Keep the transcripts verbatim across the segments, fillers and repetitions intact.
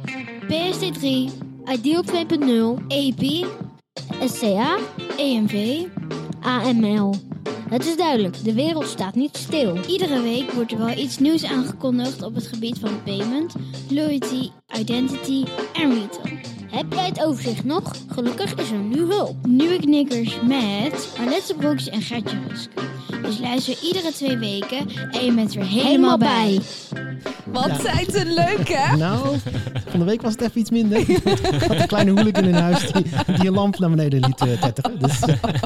P S T drie, Ideal twee punt nul, E P I, S C A, E M V, A M L. Het is duidelijk, de wereld staat niet stil. Iedere week wordt er wel iets nieuws aangekondigd op het gebied van payment, loyalty, identity en retail. Heb jij het overzicht nog? Gelukkig is er nu hulp. Nieuwe knikkers met Arlette Broeks en Gertje Rusk. Dus luister iedere twee weken en je bent weer helemaal, helemaal bij. Wat ja. zijn ze leuk, hè? Nou, van de week was het even iets minder. Ik had een kleine hooligan in huis die, die een lamp naar beneden liet uh, tetteren. Dus,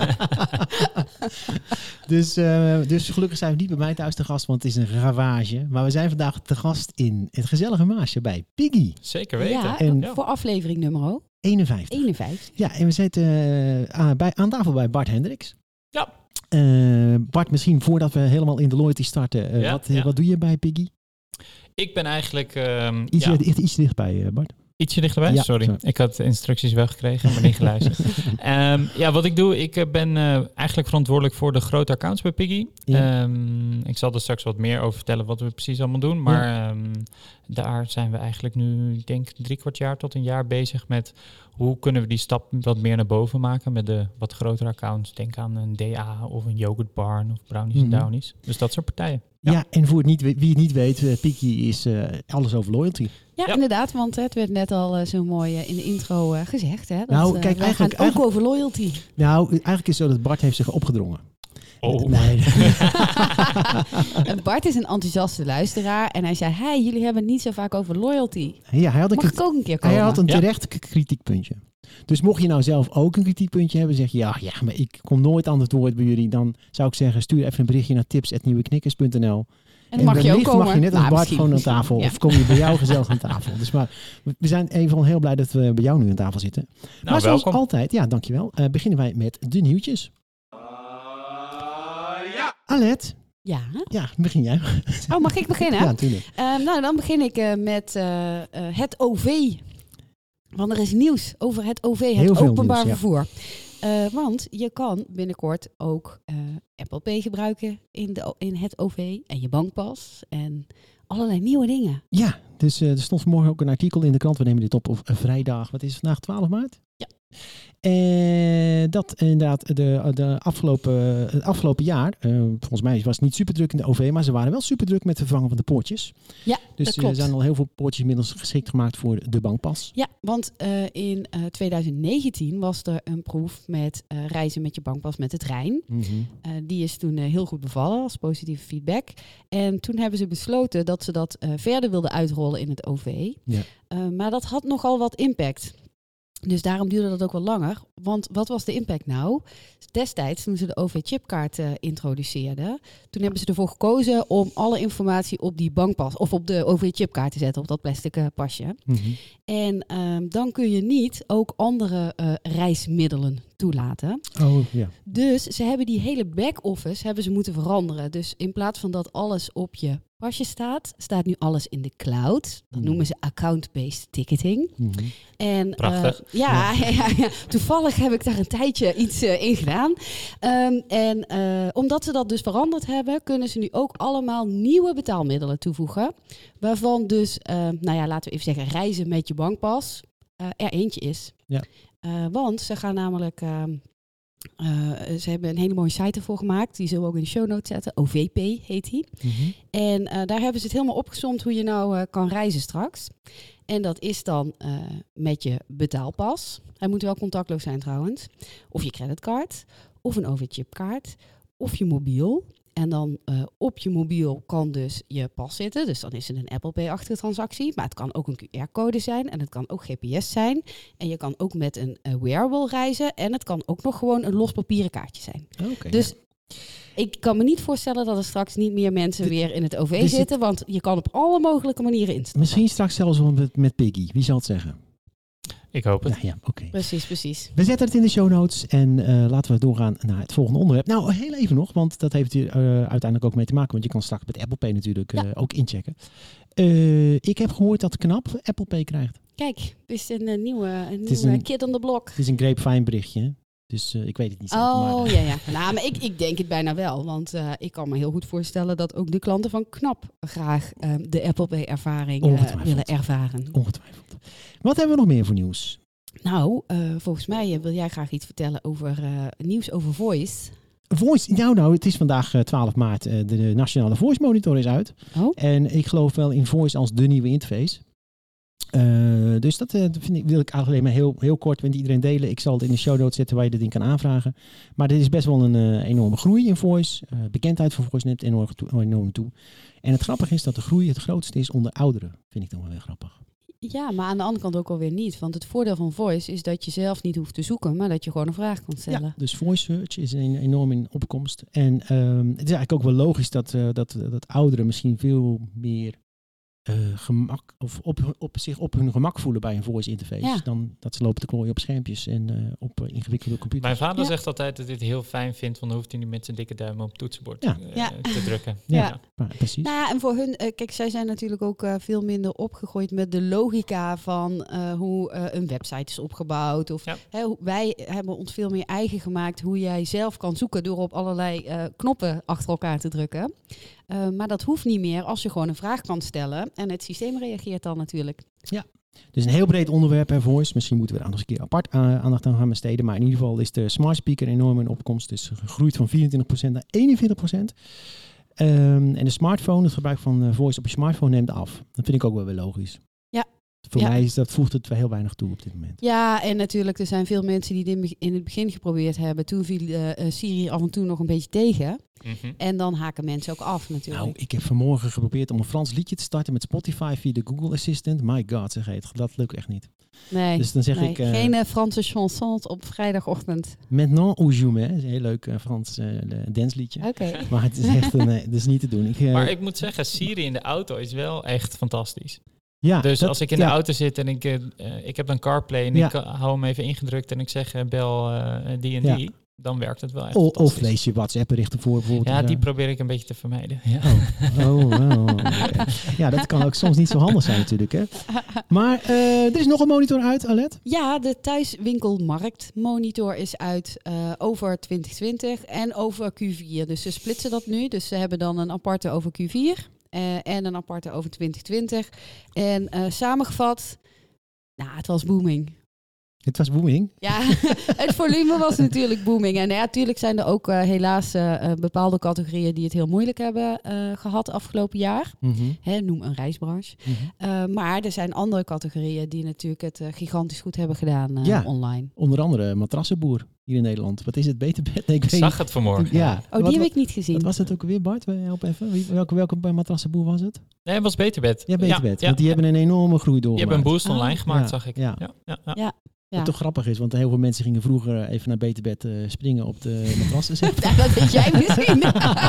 dus, uh, dus gelukkig zijn we niet bij mij thuis te gast, want het is een ravage. Maar we zijn vandaag te gast in het gezellige Maasje bij Piggy. Zeker weten. Ja, en ja. voor aflevering nummer eenenvijftig. eenenvijftig. Ja, en we zitten uh, aan, bij, aan tafel bij Bart Hendricks. Ja. Uh, Bart, misschien voordat we helemaal in de loyalty starten, uh, ja, wat, ja. wat doe je bij Piggy? Ik ben eigenlijk... Um, iets, ja. iets, iets dichtbij, uh, Bart. Ietsje dichterbij? Ja, sorry. sorry. Ik had de instructies wel gekregen, maar niet geluisterd. um, ja, wat ik doe, ik ben uh, eigenlijk verantwoordelijk voor de grote accounts bij Piggy. Ja. Um, ik zal er straks wat meer over vertellen wat we precies allemaal doen. Maar ja. um, daar zijn we eigenlijk nu, ik denk, drie kwart jaar tot een jaar bezig met hoe kunnen we die stap wat meer naar boven maken met de wat grotere accounts. Denk aan een D A of een Yogurt Barn of Brownies en mm-hmm. Downies. Dus dat soort partijen. Ja, ja en voor het niet, wie het niet weet, uh, Piggy is uh, alles over loyalty. Ja, ja, inderdaad, want het werd net al uh, zo mooi uh, in de intro uh, gezegd. Hè, dat, nou, uh, kijk, wij eigenlijk, gaan ook eigenlijk, over loyalty. Nou, eigenlijk is het zo dat Bart heeft zich opgedrongen. Oh. Nee. Bart is een enthousiaste luisteraar en hij zei, hey, jullie hebben het niet zo vaak over loyalty. Ja, hij had een Mag ik ook een keer komen? Hij had een terecht ja. kritiekpuntje. Dus mocht je nou zelf ook een kritiekpuntje hebben, zeg je, ja, ja, maar ik kom nooit aan het woord bij jullie. Dan zou ik zeggen, stuur even een berichtje naar tips at nieuweknikkers punt n l. En, en mag je ook komen. mag je net als nou, Bart misschien. gewoon aan tafel. Ja. Of kom je bij jou gezellig aan tafel. Dus maar we zijn even heel blij dat we bij jou nu aan tafel zitten. Nou, maar zoals welkom. altijd, ja, dankjewel. Uh, beginnen wij met de nieuwtjes. Uh, ja. Alet. Ja. Ja, begin jij. Oh, mag ik beginnen? Ja, natuurlijk. Uh, nou, dan begin ik uh, met uh, uh, het O V. Want er is nieuws over het O V, het heel openbaar nieuws, vervoer. Ja. Uh, want je kan binnenkort ook uh, Apple Pay gebruiken in, de, in het O V en je bankpas en allerlei nieuwe dingen. Ja, dus uh, er stond vanmorgen ook een artikel in de krant. We nemen dit op op uh, vrijdag. Wat is het vandaag, twaalf maart? Ja. En uh, dat inderdaad de, de afgelopen, het afgelopen jaar, uh, volgens mij was het niet super druk in de O V, maar ze waren wel super druk met het vervangen van de poortjes. Ja, dus dat klopt. er zijn al heel veel poortjes inmiddels geschikt gemaakt voor de bankpas. Ja, want uh, in uh, twintig negentien was er een proef met uh, reizen met je bankpas met de trein. Mm-hmm. Uh, die is toen uh, heel goed bevallen als positieve feedback. En toen hebben ze besloten dat ze dat uh, verder wilden uitrollen in het O V. Ja. Uh, maar dat had nogal wat impact. Dus daarom duurde dat ook wel langer. Want wat was de impact nou? Destijds, toen ze de O V-chipkaart uh, introduceerden, toen hebben ze ervoor gekozen om alle informatie op die bankpas of op de O V-chipkaart te zetten, op dat plastic uh, pasje. Mm-hmm. En um, dan kun je niet ook andere uh, reismiddelen toelaten. Oh, ja. Dus ze hebben die hele back-office hebben ze moeten veranderen. Dus in plaats van dat alles op je pasje staat, staat nu alles in de cloud. Dat mm. noemen ze account-based ticketing. Mm-hmm. En, Prachtig. Uh, ja, ja. Ja, ja, toevallig heb ik daar een tijdje iets uh, in gedaan. Um, en uh, omdat ze dat dus veranderd hebben, kunnen ze nu ook allemaal nieuwe betaalmiddelen toevoegen. Waarvan dus, uh, nou ja, laten we even zeggen, reizen met je bankpas uh, er eentje is. Ja. Uh, want ze gaan namelijk... Uh, Uh, ze hebben een hele mooie site ervoor gemaakt. Die zullen we ook in de show notes zetten. O V P heet die. Mm-hmm. En uh, daar hebben ze het helemaal opgezomd hoe je nou uh, kan reizen straks. En dat is dan uh, met je betaalpas. Hij moet wel contactloos zijn trouwens. Of je creditcard. Of een O V-chipkaart. Of je mobiel. En dan uh, op je mobiel kan dus je pas zitten. Dus dan is het een Apple Pay-achtige transactie. Maar het kan ook een Q R-code zijn. En het kan ook G P S zijn. En je kan ook met een uh, wearable reizen. En het kan ook nog gewoon een los papieren kaartje zijn. Okay, dus ja. ik kan me niet voorstellen dat er straks niet meer mensen de, weer in het O V dus zitten. het, want je kan op alle mogelijke manieren instappen. Misschien straks zelfs wel met, met Piggy. Wie zal het zeggen? Ik hoop het. Ja, ja, oké. Okay. Precies, precies. We zetten het in de show notes en uh, laten we doorgaan naar het volgende onderwerp. Nou, heel even nog, want dat heeft hier uh, uiteindelijk ook mee te maken. Want je kan straks met Apple Pay natuurlijk uh, ja. ook inchecken. Uh, ik heb gehoord dat Knap Apple Pay krijgt. Kijk, het is een, een nieuwe, een nieuwe een, kid on the block. Het is een grapevine berichtje. Dus uh, ik weet het niet zelf. Oh, maar, ja, ja. Nou, maar ik, ik denk het bijna wel. Want uh, ik kan me heel goed voorstellen dat ook de klanten van Knap graag uh, de Apple Pay ervaring uh, willen ervaren. Ongetwijfeld. Wat hebben we nog meer voor nieuws? Nou, uh, volgens mij wil jij graag iets vertellen over uh, nieuws over Voice. Voice, nou, nou, het is vandaag uh, twaalf maart. Uh, de, de Nationale Voice Monitor is uit. Oh. En ik geloof wel in Voice als de nieuwe interface. Uh, dus dat uh, vind ik, wil ik eigenlijk alleen maar heel, heel kort met iedereen delen. Ik zal het in de show notes zetten waar je dit ding kan aanvragen. Maar dit is best wel een uh, enorme groei in Voice. Uh, bekendheid van Voice neemt enorm toe, enorm toe. En het grappige is dat de groei het grootste is onder ouderen. Vind ik dan wel heel grappig. Ja, maar aan de andere kant ook alweer niet. Want het voordeel van Voice is dat je zelf niet hoeft te zoeken, maar dat je gewoon een vraag kan stellen. Ja, dus Voice Search is een, enorm in opkomst. En um, het is eigenlijk ook wel logisch dat, uh, dat, dat ouderen misschien veel meer uh, gemak of op, op zich op hun gemak voelen bij een voice interface. Ja. Dan dat ze lopen te klooien op schermpjes en uh, op uh, ingewikkelde computers. Mijn vader ja. zegt altijd dat hij het heel fijn vindt, want dan hoeft hij niet met zijn dikke duim op het toetsenbord ja. Uh, ja. te drukken. Ja, ja. ja precies. Nou ja, en voor hun, uh, kijk, zij zijn natuurlijk ook uh, veel minder opgegroeid met de logica van uh, hoe uh, een website is opgebouwd. Of, ja. hè, wij hebben ons veel meer eigen gemaakt hoe jij zelf kan zoeken door op allerlei uh, knoppen achter elkaar te drukken. Uh, maar dat hoeft niet meer als je gewoon een vraag kan stellen. En het systeem reageert dan natuurlijk. Ja, dus een heel breed onderwerp, hè, Voice. Misschien moeten we daar nog eens een keer apart uh, aandacht aan gaan besteden. Maar in ieder geval is de smart speaker enorm in opkomst. Dus gegroeid van vierentwintig procent naar eenenveertig procent. Um, en de smartphone, het gebruik van uh, Voice op je smartphone neemt af. Dat vind ik ook wel weer logisch. Ja. Voor ja. mij is dat, voegt het wel heel weinig toe op dit moment. Ja, en natuurlijk, er zijn veel mensen die dit in het begin geprobeerd hebben. Toen viel uh, Siri af en toe nog een beetje tegen. Mm-hmm. En dan haken mensen ook af natuurlijk. Nou, ik heb vanmorgen geprobeerd om een Frans liedje te starten met Spotify via de Google Assistant. My god, zeg heet. Dat lukt echt niet. Nee, dus dan zeg nee, ik, uh, geen uh, Franse chansons op vrijdagochtend. Maintenant ou jamais. Dat is een heel leuk uh, Frans uh, dansliedje. Oké. Okay. Maar het is echt een, uh, dat is niet te doen. Ik, uh, maar ik moet zeggen, Siri in de auto is wel echt fantastisch. Ja, dus dat, als ik in ja. de auto zit en ik, uh, ik heb dan CarPlay en ja. ik uh, hou hem even ingedrukt en ik zeg uh, bel uh, die en die, ja. dan werkt het wel echt o, Of lees je WhatsApp-berichten voor bijvoorbeeld. Ja, die uh, probeer ik een beetje te vermijden. Ja, oh, oh, oh, okay. Ja, dat kan ook soms niet zo handig zijn natuurlijk. Hè. Maar uh, er is nog een monitor uit, Alet? Ja, de thuiswinkelmarktmonitor is uit uh, over twintig twintig en over Q vier. Dus ze splitsen dat nu. Dus ze hebben dan een aparte over Q vier. Uh, en een aparte over twintig twintig. En uh, samengevat, nou, het was booming. Het was booming? Ja, het volume was natuurlijk booming. En ja, natuurlijk zijn er ook uh, helaas uh, bepaalde categorieën die het heel moeilijk hebben uh, gehad afgelopen jaar. Mm-hmm. Hè, noem een reisbranche. Mm-hmm. Uh, maar er zijn andere categorieën die natuurlijk het uh, gigantisch goed hebben gedaan uh, ja, online. Onder andere matrassenboer hier in Nederland. Wat is het? Beterbed? Nee, ik ik weet zag het vanmorgen. Ja. Oh, die wat, heb ik niet gezien. Wat was het ook weer, Bart? Help even. Welke, welke matrassenboer was het? Nee, het was Beterbed. Ja, Beterbed. Ja, Want ja, die ja. hebben een enorme groei doorgemaakt. Die hebben een boost online oh. gemaakt, ja, zag ik. Ja. Ja, ja, ja. ja. Ja. Wat toch grappig is, want heel veel mensen gingen vroeger even naar Beterbed uh, springen op de matrassen. Zeg. Ja, dat weet jij misschien.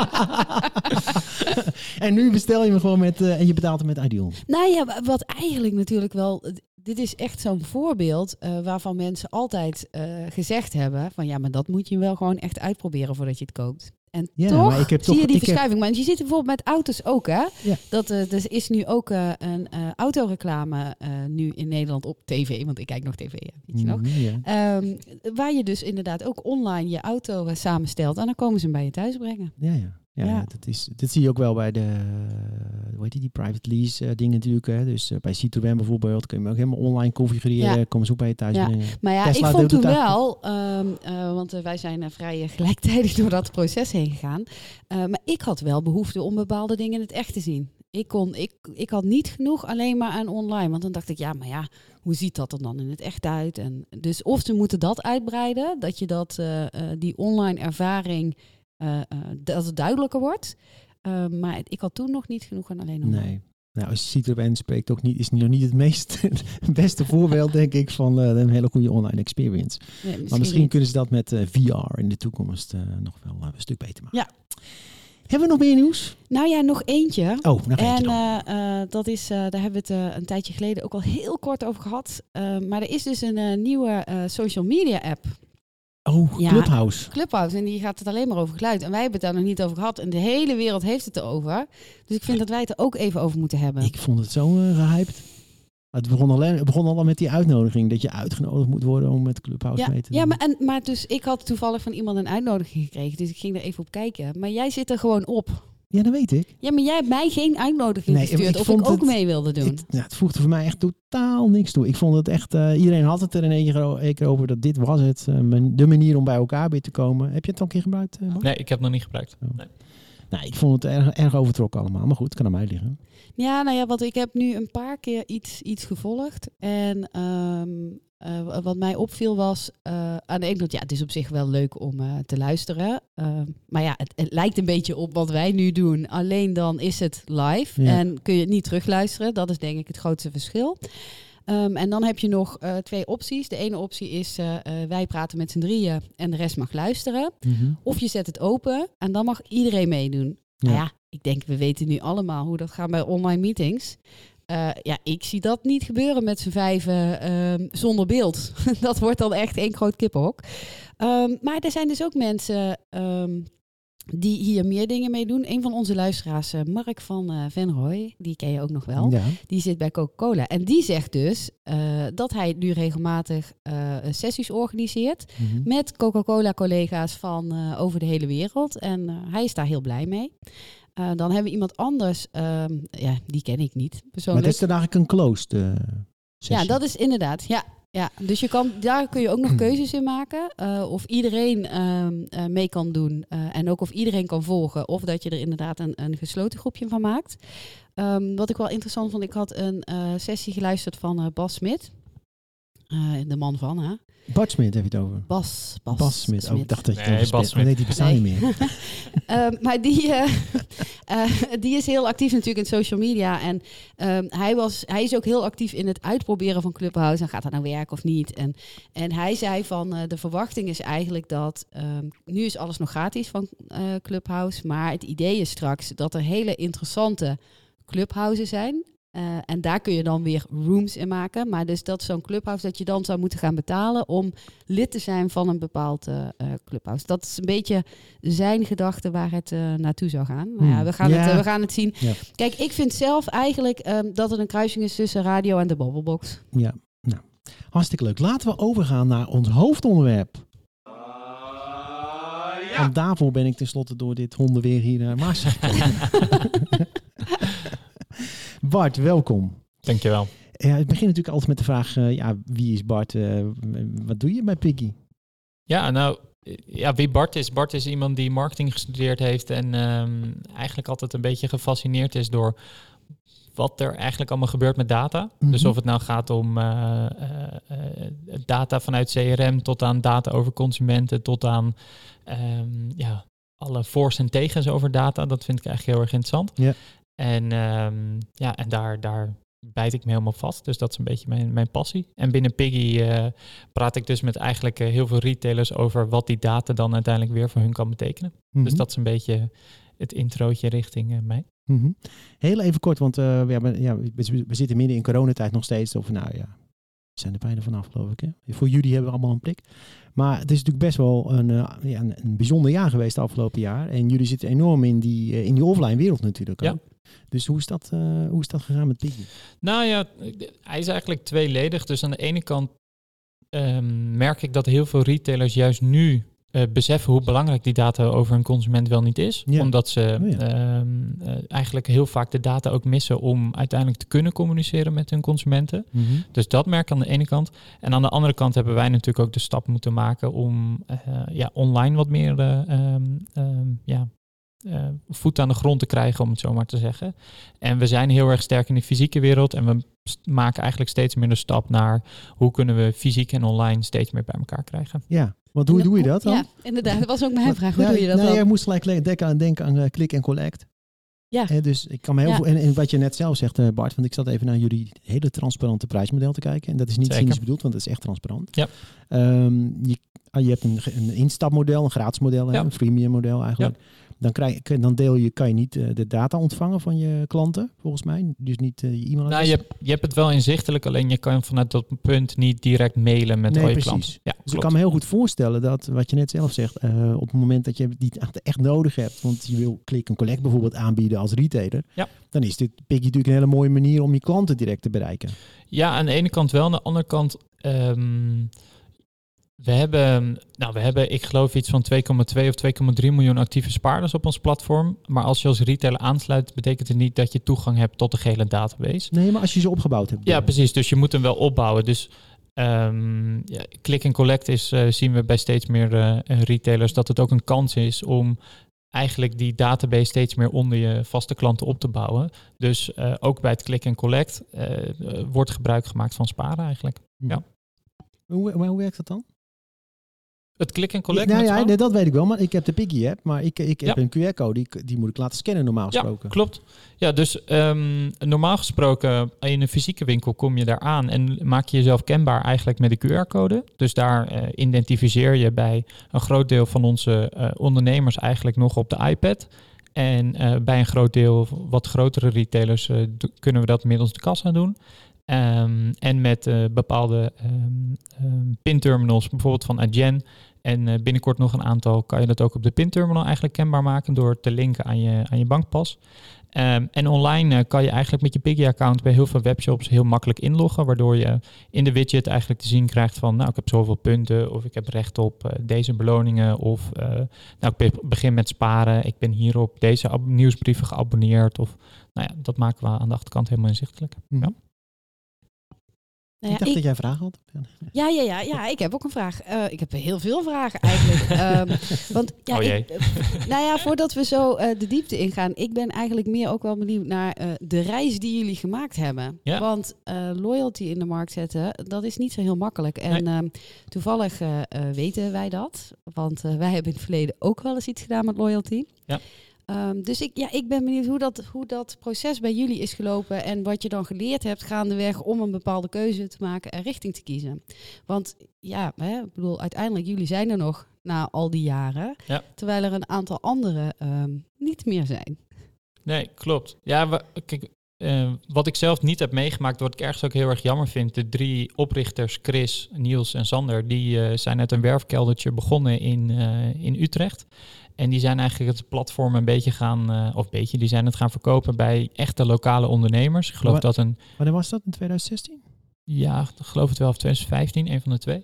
En nu bestel je hem gewoon met, uh, en je betaalt hem met Ideal. Nou ja, wat eigenlijk natuurlijk wel... Dit is echt zo'n voorbeeld uh, waarvan mensen altijd uh, gezegd hebben van ja, maar dat moet je wel gewoon echt uitproberen voordat je het koopt. En ja, toch maar ik heb zie toch, je die verschuiving. Heb... Maar je ziet het bijvoorbeeld met auto's ook, hè? Ja. Dat uh, er is nu ook uh, een uh, autoreclame uh, nu in Nederland op tv, want ik kijk nog tv, ja, weet je nog? Ja. Um, waar je dus inderdaad ook online je auto uh, samenstelt en dan komen ze hem bij je thuis brengen. Ja, ja. Ja, ja. Dat, is, dat zie je ook wel bij de hoe heet die, die private lease uh, dingen natuurlijk. Hè. Dus uh, bij Citroën bijvoorbeeld kun je hem ook helemaal online configureren. Ja. Komen ze ook bij je thuis ja. brengen. Maar ja, Tesla ik vond toen wel, um, uh, want uh, wij zijn uh, vrij uh, gelijktijdig door dat proces heen gegaan. Uh, maar ik had wel behoefte om bepaalde dingen in het echt te zien. Ik, kon, ik, ik had niet genoeg alleen maar aan online. Want dan dacht ik, ja, maar ja, hoe ziet dat er dan in het echt uit? En dus of ze moeten dat uitbreiden, dat je dat, uh, uh, die online ervaring... Uh, uh, dat het duidelijker wordt. Uh, maar ik had toen nog niet genoeg aan alleen online. Nee. Nou, Citroën spreekt ook niet, is nog niet het meest het beste voorbeeld, denk ik, van uh, een hele goede online experience. Nee, misschien maar misschien niet. Kunnen ze dat met uh, V R in de toekomst uh, nog wel uh, een stuk beter maken. Ja. Hebben we nog meer nieuws? Nou ja, nog eentje. Oh, nog eentje. En uh, uh, dat is, uh, daar hebben we het uh, een tijdje geleden ook al heel kort over gehad. Uh, maar er is dus een uh, nieuwe uh, social media app. Oh, ja, Clubhouse. Clubhouse. En die gaat het alleen maar over geluid. En wij hebben het daar nog niet over gehad. En de hele wereld heeft het erover. Dus ik vind dat wij het er ook even over moeten hebben. Ik vond het zo uh, gehyped. Het begon, alleen, het begon al met die uitnodiging. Dat je uitgenodigd moet worden om met Clubhouse ja, mee te doen. Ja, maar, en, maar dus ik had toevallig van iemand een uitnodiging gekregen. Dus ik ging er even op kijken. Maar jij zit er gewoon op. Ja, dat weet ik. Ja, maar jij hebt mij geen uitnodiging nee, gestuurd ik of ik ook het, mee wilde doen. Ik, ja, het voegde voor mij echt totaal niks toe. Ik vond het echt... Uh, iedereen had het er in één keer over dat dit was het. Uh, de manier om bij elkaar weer te komen. Heb je het al een keer gebruikt, uh, Nee, ik heb het nog niet gebruikt. Oh. Nee. Nou, ik vond het erg, erg overtrokken allemaal. Maar goed, het kan aan mij liggen. Ja, nou ja, want ik heb nu een paar keer iets, iets gevolgd. En um, uh, wat mij opviel was... Uh, aan de ene kant, ja, het is op zich wel leuk om uh, te luisteren. Uh, maar ja, het, het lijkt een beetje op wat wij nu doen. Alleen dan is het live. Ja. En kun je het niet terugluisteren. Dat is denk ik het grootste verschil. Um, en dan heb je nog uh, twee opties. De ene optie is, uh, uh, wij praten met z'n drieën en de rest mag luisteren. Mm-hmm. Of je zet het open en dan mag iedereen meedoen. Ja. Nou ja, ik denk, we weten nu allemaal hoe dat gaat bij online meetings. Uh, ja, ik zie dat niet gebeuren met z'n vijven um, zonder beeld. Dat wordt dan echt één groot kippenhok. Um, maar er zijn dus ook mensen... Um, die hier meer dingen mee doen. Een van onze luisteraars, uh, Mark van uh, Venrooy, die ken je ook nog wel. Ja. Die zit bij Coca-Cola. En die zegt dus uh, dat hij nu regelmatig uh, sessies organiseert mm-hmm. met Coca-Cola-collega's van uh, over de hele wereld. En uh, hij is daar heel blij mee. Uh, dan hebben we iemand anders, uh, ja, die ken ik niet persoonlijk. Maar het is dan eigenlijk een closed uh, sessie? Ja, dat is inderdaad, ja. Ja, dus je kan, daar kun je ook nog keuzes in maken. Uh, of iedereen uh, uh, mee kan doen. Uh, en ook of iedereen kan volgen. Of dat je er inderdaad een, een gesloten groepje van maakt. Um, wat ik wel interessant vond. Ik had een uh, sessie geluisterd van uh, Bas Smit. Uh, de man van, hè? Bart Smit heb je het over? Bas. Bas, Bas Smit. Smit. Oh, ik dacht dat je nee, het over Smit. Oh, nee, die bestaat nee. niet meer. uh, maar die, uh, uh, die is heel actief natuurlijk in social media. En uh, hij, was, hij is ook heel actief in het uitproberen van Clubhouse. En gaat dat nou werken of niet? En, en hij zei van, uh, de verwachting is eigenlijk dat... Um, nu is alles nog gratis van uh, Clubhouse. Maar het idee is straks dat er hele interessante clubhouses zijn... Uh, en daar kun je dan weer rooms in maken. Maar dus dat is zo'n clubhouse dat je dan zou moeten gaan betalen... om lid te zijn van een bepaald uh, clubhouse. Dat is een beetje zijn gedachte waar het uh, naartoe zou gaan. Hmm. Nou ja, we gaan, ja. Het, uh, we gaan het zien. Ja. Kijk, ik vind zelf eigenlijk um, dat het een kruising is tussen radio en de Babbelbox. Ja, nou, hartstikke leuk. Laten we overgaan naar ons hoofdonderwerp. Uh, ja. Want daarvoor ben ik tenslotte door dit hondenweer hier naar Maas gekomen. Bart, welkom. Dankjewel. Ja, het begint natuurlijk altijd met de vraag, uh, ja, wie is Bart? Uh, wat doe je bij Piggy? Ja, nou, ja, wie Bart is? Bart is iemand die marketing gestudeerd heeft en um, eigenlijk altijd een beetje gefascineerd is door wat er eigenlijk allemaal gebeurt met data. Mm-hmm. Dus of het nou gaat om uh, uh, uh, data vanuit C R M tot aan data over consumenten, tot aan um, ja, alle voor's en tegens over data. Dat vind ik eigenlijk heel erg interessant. Ja. En, um, ja, en daar, daar bijt ik me helemaal vast. Dus dat is een beetje mijn, mijn passie. En binnen Piggy uh, praat ik dus met eigenlijk uh, heel veel retailers over wat die data dan uiteindelijk weer voor hun kan betekenen. Mm-hmm. Dus dat is een beetje het introotje richting uh, mij. Mm-hmm. Heel even kort, want uh, we, hebben, ja, we, we zitten midden in coronatijd nog steeds. Of nou ja, we zijn er bijna vanaf, geloof ik. Hè? Voor jullie hebben we allemaal een prik. Maar het is natuurlijk best wel een, uh, ja, een, een bijzonder jaar geweest de afgelopen jaar. En jullie zitten enorm in die, uh, in die offline wereld natuurlijk ook. Ja. Dus hoe is dat, uh, hoe is dat gegaan met Piggy? Nou ja, hij is eigenlijk tweeledig. Dus aan de ene kant um, merk ik dat heel veel retailers juist nu uh, beseffen hoe belangrijk die data over een consument wel niet is. Ja. Omdat ze oh ja. um, uh, eigenlijk heel vaak de data ook missen om uiteindelijk te kunnen communiceren met hun consumenten. Mm-hmm. Dus dat merk ik aan de ene kant. En aan de andere kant hebben wij natuurlijk ook de stap moeten maken om uh, ja, online wat meer uh, um, um, ja, Uh, voet aan de grond te krijgen, om het zo maar te zeggen. En we zijn heel erg sterk in de fysieke wereld en we st- maken eigenlijk steeds meer de stap naar hoe kunnen we fysiek en online steeds meer bij elkaar krijgen. Ja, want hoe doe je dat dan? Ja, inderdaad. Dat was ook mijn vraag. Hoe ja, doe je dat nou, dan? Jij moest gelijk denken aan, denken aan uh, click en collect. Ja. En dus ik kan me heel ja. veel, en, en wat je net zelf zegt, uh, Bart, want ik zat even naar jullie hele transparante prijsmodel te kijken. En dat is niet cynisch bedoeld, want het is echt transparant. Ja. Um, je, je hebt een, een instapmodel, een gratis model, ja. een freemium model eigenlijk. Ja. Dan, krijg, dan deel je, kan je niet uh, de data ontvangen van je klanten, volgens mij. Dus niet uh, je e-mailadres. Nou, je, hebt, je hebt het wel inzichtelijk, alleen je kan vanuit dat punt niet direct mailen met nee, al je precies. klanten. Ja, dus ik kan me heel goed voorstellen dat, wat je net zelf zegt, uh, op het moment dat je het niet echt, echt nodig hebt, want je wil click and collect bijvoorbeeld aanbieden als retailer, ja. dan is dit Piggy natuurlijk een hele mooie manier om je klanten direct te bereiken. Ja, aan de ene kant wel. Aan de andere kant... Um, We hebben, nou, we hebben, ik geloof iets van twee komma twee of twee komma drie miljoen actieve spaarders op ons platform. Maar als je als retailer aansluit, betekent het niet dat je toegang hebt tot de gehele database. Nee, maar als je ze opgebouwd hebt. Ja, dan. precies. Dus je moet hem wel opbouwen. Dus um, ja, click and collect is, uh, zien we bij steeds meer uh, retailers, dat het ook een kans is om eigenlijk die database steeds meer onder je vaste klanten op te bouwen. Dus uh, ook bij het click and collect uh, uh, wordt gebruik gemaakt van sparen eigenlijk. Hm. Ja. Hoe, hoe werkt dat dan? Het click and collect? Ik, nou met ja, nee, dat weet ik wel, maar ik heb de Piggy app, maar ik, ik heb ja. een Q R-code, die, die moet ik laten scannen normaal gesproken. Ja, klopt. Ja, dus um, normaal gesproken in een fysieke winkel kom je daar aan en maak je jezelf kenbaar eigenlijk met de Q R-code. Dus daar uh, identificeer je bij een groot deel van onze uh, ondernemers eigenlijk nog op de iPad. En uh, bij een groot deel wat grotere retailers uh, do- kunnen we dat middels de kassa doen. Um, en met uh, bepaalde um, um, pinterminals, bijvoorbeeld van Adyen. En uh, binnenkort nog een aantal kan je dat ook op de pinterminal eigenlijk kenbaar maken door te linken aan je, aan je bankpas. Um, en online uh, kan je eigenlijk met je Piggy-account bij heel veel webshops heel makkelijk inloggen, waardoor je in de widget eigenlijk te zien krijgt van, nou, ik heb zoveel punten, of ik heb recht op uh, deze beloningen, of uh, nou, ik begin met sparen, ik ben hier op deze ab- nieuwsbrieven geabonneerd, of nou ja, dat maken we aan de achterkant helemaal inzichtelijk. Hm. Ja. Nou ja, ik dacht ik, dat jij vragen had. ja, ja, ja, ja, ik heb ook een vraag. Uh, ik heb heel veel vragen eigenlijk. um, want, ja, oh jee. Ik, uh, nou ja, voordat we zo uh, de diepte ingaan, ik ben eigenlijk meer ook wel benieuwd naar uh, de reis die jullie gemaakt hebben. Ja. Want uh, loyalty in de markt zetten, dat is niet zo heel makkelijk. En nee. um, toevallig uh, uh, weten wij dat. Want uh, wij hebben in het verleden ook wel eens iets gedaan met loyalty. Ja. Um, dus ik, ja, ik ben benieuwd hoe dat, hoe dat proces bij jullie is gelopen en wat je dan geleerd hebt gaandeweg om een bepaalde keuze te maken en richting te kiezen. Want ja, hè, ik bedoel, uiteindelijk jullie zijn er nog na al die jaren, ja. terwijl er een aantal anderen um, niet meer zijn. Nee, klopt. Ja, we, kijk, uh, wat ik zelf niet heb meegemaakt, wat ik ergens ook heel erg jammer vind, de drie oprichters, Chris, Niels en Sander, die uh, zijn uit een werfkeldertje begonnen in, uh, in Utrecht. En die zijn eigenlijk het platform een beetje gaan, uh, of beetje, die zijn het gaan verkopen bij echte lokale ondernemers. Ik geloof Wa- dat een... Wanneer was dat? In twintig zestien? Ja, ik geloof het wel, of twintig vijftien, een van de twee.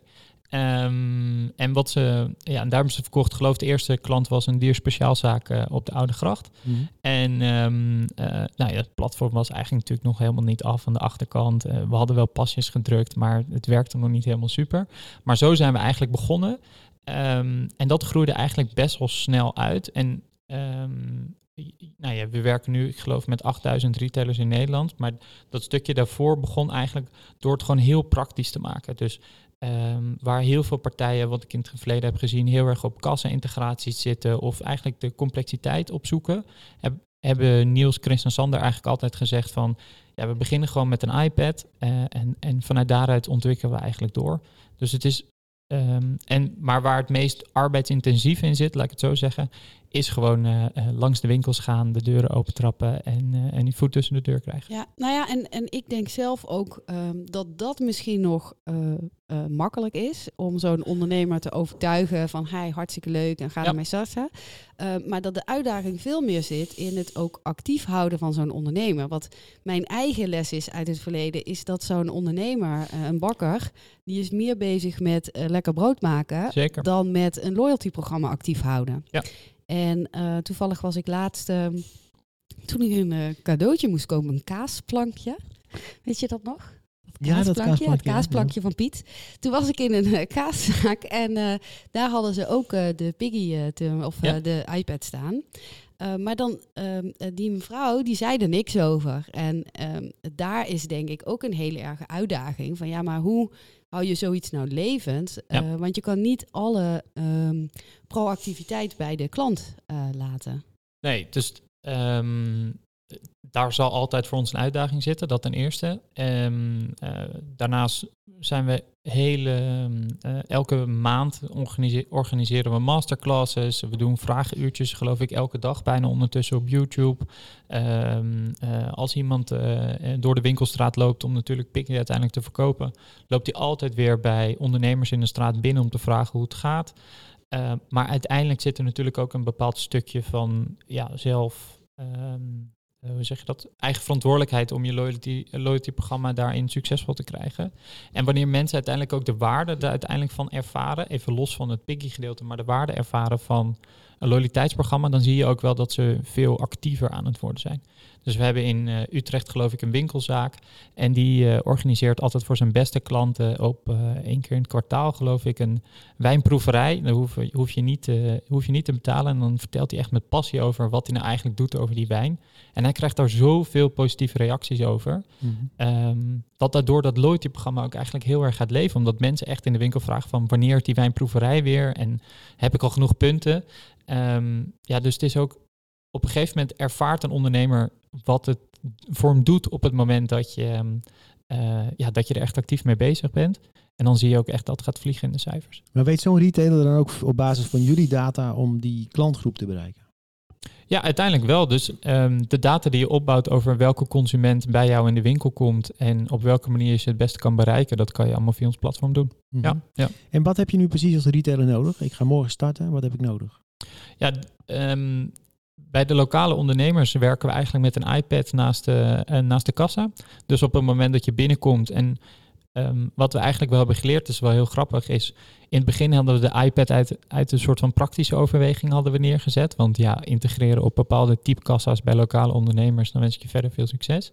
Um, en wat ze, ja, en daar hebben ze verkocht. Ik geloof de eerste klant was een dierspeciaalzaak uh, op de Oude Gracht. Mm-hmm. En um, uh, nou ja, het platform was eigenlijk natuurlijk nog helemaal niet af aan de achterkant. Uh, we hadden wel pasjes gedrukt, maar het werkte nog niet helemaal super. Maar zo zijn we eigenlijk begonnen. Um, en dat groeide eigenlijk best wel snel uit. En um, nou ja, we werken nu, ik geloof, met achtduizend retailers in Nederland. Maar dat stukje daarvoor begon eigenlijk door het gewoon heel praktisch te maken. Dus um, waar heel veel partijen, wat ik in het verleden heb gezien, heel erg op kassa-integraties zitten of eigenlijk de complexiteit opzoeken, heb, hebben Niels, Chris en Sander eigenlijk altijd gezegd van, ja, we beginnen gewoon met een iPad uh, en, en vanuit daaruit ontwikkelen we eigenlijk door. Dus het is Um, en, maar waar het meest arbeidsintensief in zit, laat ik het zo zeggen, is gewoon uh, uh, langs de winkels gaan, de deuren opentrappen en, uh, en die voet tussen de deur krijgen. Ja, nou ja, en, en ik denk zelf ook um, dat dat misschien nog uh, uh, makkelijk is om zo'n ondernemer te overtuigen van, hey, hartstikke leuk en ga ja. ermee starten. Uh, maar dat de uitdaging veel meer zit in het ook actief houden van zo'n ondernemer. Wat mijn eigen les is uit het verleden, is dat zo'n ondernemer, uh, een bakker, die is meer bezig met uh, lekker brood maken Zeker. dan met een loyalty-programma actief houden. Ja. En uh, toevallig was ik laatst, uh, toen ik een uh, cadeautje moest kopen, een kaasplankje. Weet je dat nog? Dat ja, dat kaasplankje. Het kaasplankje ja. van Piet. Toen was ik in een uh, kaaszaak en uh, daar hadden ze ook uh, de Piggy uh, te, of uh, ja. de iPad staan. Uh, maar dan, um, die mevrouw, die zei er niks over. En um, daar is denk ik ook een hele erge uitdaging. Van ja, maar hoe hou je zoiets nou levend? Ja. Uh, want je kan niet alle um, proactiviteit bij de klant uh, laten. Nee, dus um, daar zal altijd voor ons een uitdaging zitten, dat ten eerste. Um, uh, daarnaast zijn we hele, uh, elke maand organise- organiseren we masterclasses. We doen vragenuurtjes, geloof ik, elke dag bijna ondertussen op YouTube. Um, uh, als iemand uh, door de winkelstraat loopt om natuurlijk Piggy uiteindelijk te verkopen, loopt hij altijd weer bij ondernemers in de straat binnen om te vragen hoe het gaat. Uh, maar uiteindelijk zit er natuurlijk ook een bepaald stukje van ja, zelf... Um, uh, hoe zeg je dat, eigen verantwoordelijkheid om je loyalty, loyalty programma daarin succesvol te krijgen. En wanneer mensen uiteindelijk ook de waarde er uiteindelijk van ervaren, even los van het Piggy gedeelte, maar de waarde ervaren van een loyaliteitsprogramma, dan zie je ook wel dat ze veel actiever aan het worden zijn. Dus we hebben in uh, Utrecht geloof ik een winkelzaak en die uh, organiseert altijd voor zijn beste klanten op uh, één keer in het kwartaal geloof ik een wijnproeverij. Daar hoef, hoef, je niet, uh, hoef je niet te betalen en dan vertelt hij echt met passie over wat hij nou eigenlijk doet over die wijn. En hij krijgt daar zoveel positieve reacties over. Mm-hmm. Um, dat daardoor dat loyalty-programma ook eigenlijk heel erg gaat leven. Omdat mensen echt in de winkel vragen van wanneer is die wijnproeverij weer en heb ik al genoeg punten? Um, ja, dus het is ook op een gegeven moment ervaart een ondernemer wat het voor hem doet op het moment dat je, uh, ja, dat je er echt actief mee bezig bent. En dan zie je ook echt dat het gaat vliegen in de cijfers. Maar weet zo'n retailer dan ook op basis van jullie data om die klantgroep te bereiken? Ja, uiteindelijk wel. Dus um, de data die je opbouwt over welke consument bij jou in de winkel komt en op welke manier je ze het beste kan bereiken, dat kan je allemaal via ons platform doen. Mm-hmm. Ja, ja. En wat heb je nu precies als retailer nodig? Ik ga morgen starten. Wat heb ik nodig? Ja, um, bij de lokale ondernemers werken we eigenlijk met een iPad naast de, uh, naast de kassa. Dus op het moment dat je binnenkomt en um, wat we eigenlijk wel hebben geleerd, is wel heel grappig, is in het begin hadden we de iPad uit, uit een soort van praktische overweging hadden we neergezet. Want ja, integreren op bepaalde type kassa's bij lokale ondernemers, dan wens ik je verder veel succes.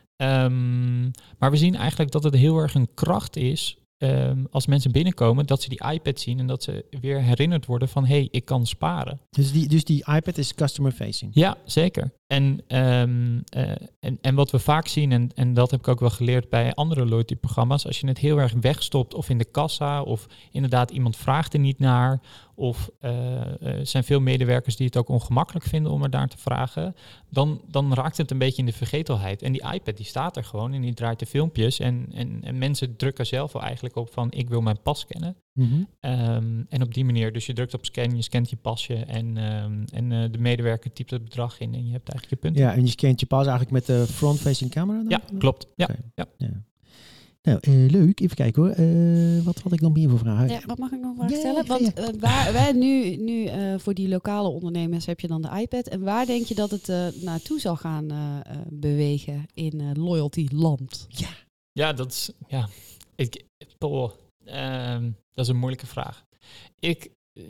Um, maar we zien eigenlijk dat het heel erg een kracht is Um, als mensen binnenkomen, dat ze die iPad zien en dat ze weer herinnerd worden van, hé, hey, ik kan sparen. Dus die, dus die iPad is customer facing? Ja, zeker. En, um, uh, en, en wat we vaak zien, en, en dat heb ik ook wel geleerd bij andere loyalty-programma's, als je het heel erg wegstopt of in de kassa, of inderdaad iemand vraagt er niet naar, of uh, er uh, zijn veel medewerkers die het ook ongemakkelijk vinden om er daar te vragen, dan, dan raakt het een beetje in de vergetelheid. En die iPad die staat er gewoon en die draait de filmpjes en, en, en mensen drukken zelf wel eigenlijk op van ik wil mijn pas scannen. Mm-hmm. Um, en op die manier, dus je drukt op scan, je scant je pasje en, um, en uh, de medewerker typt het bedrag in en je hebt eigenlijk je punten. Ja, en je scant je pas eigenlijk met de front-facing camera dan? Ja, klopt. Ja. Okay. Ja. Ja. Nou, uh, leuk. Even kijken hoor. Uh, wat had ik nog meer voor vragen? Ja, wat mag ik nog vragen stellen? Want uh, waar wij nu, nu uh, voor die lokale ondernemers heb je dan de iPad. En waar denk je dat het uh, naartoe zal gaan uh, uh, bewegen in uh, loyalty land? Ja, ja dat is... Ja, ik... Oh, um, dat is een moeilijke vraag. Ik...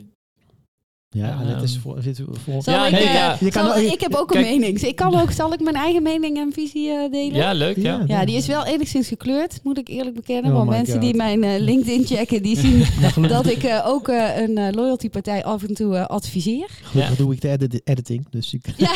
Ja, um, dat is voor... voor zal ja, ik, nee, uh, ja. Zal, kan, ik heb ook kijk, een mening. Ik kan ook, zal ik mijn eigen mening en visie uh, delen? Ja, leuk. Ja. ja, die is wel enigszins gekleurd, moet ik eerlijk bekennen. Oh want mensen God. die mijn uh, LinkedIn checken, die zien dat ik uh, ook uh, een uh, loyalty partij af en toe uh, adviseer. Gelukkig ja. doe ik de edit- editing. Dus ik... Ja.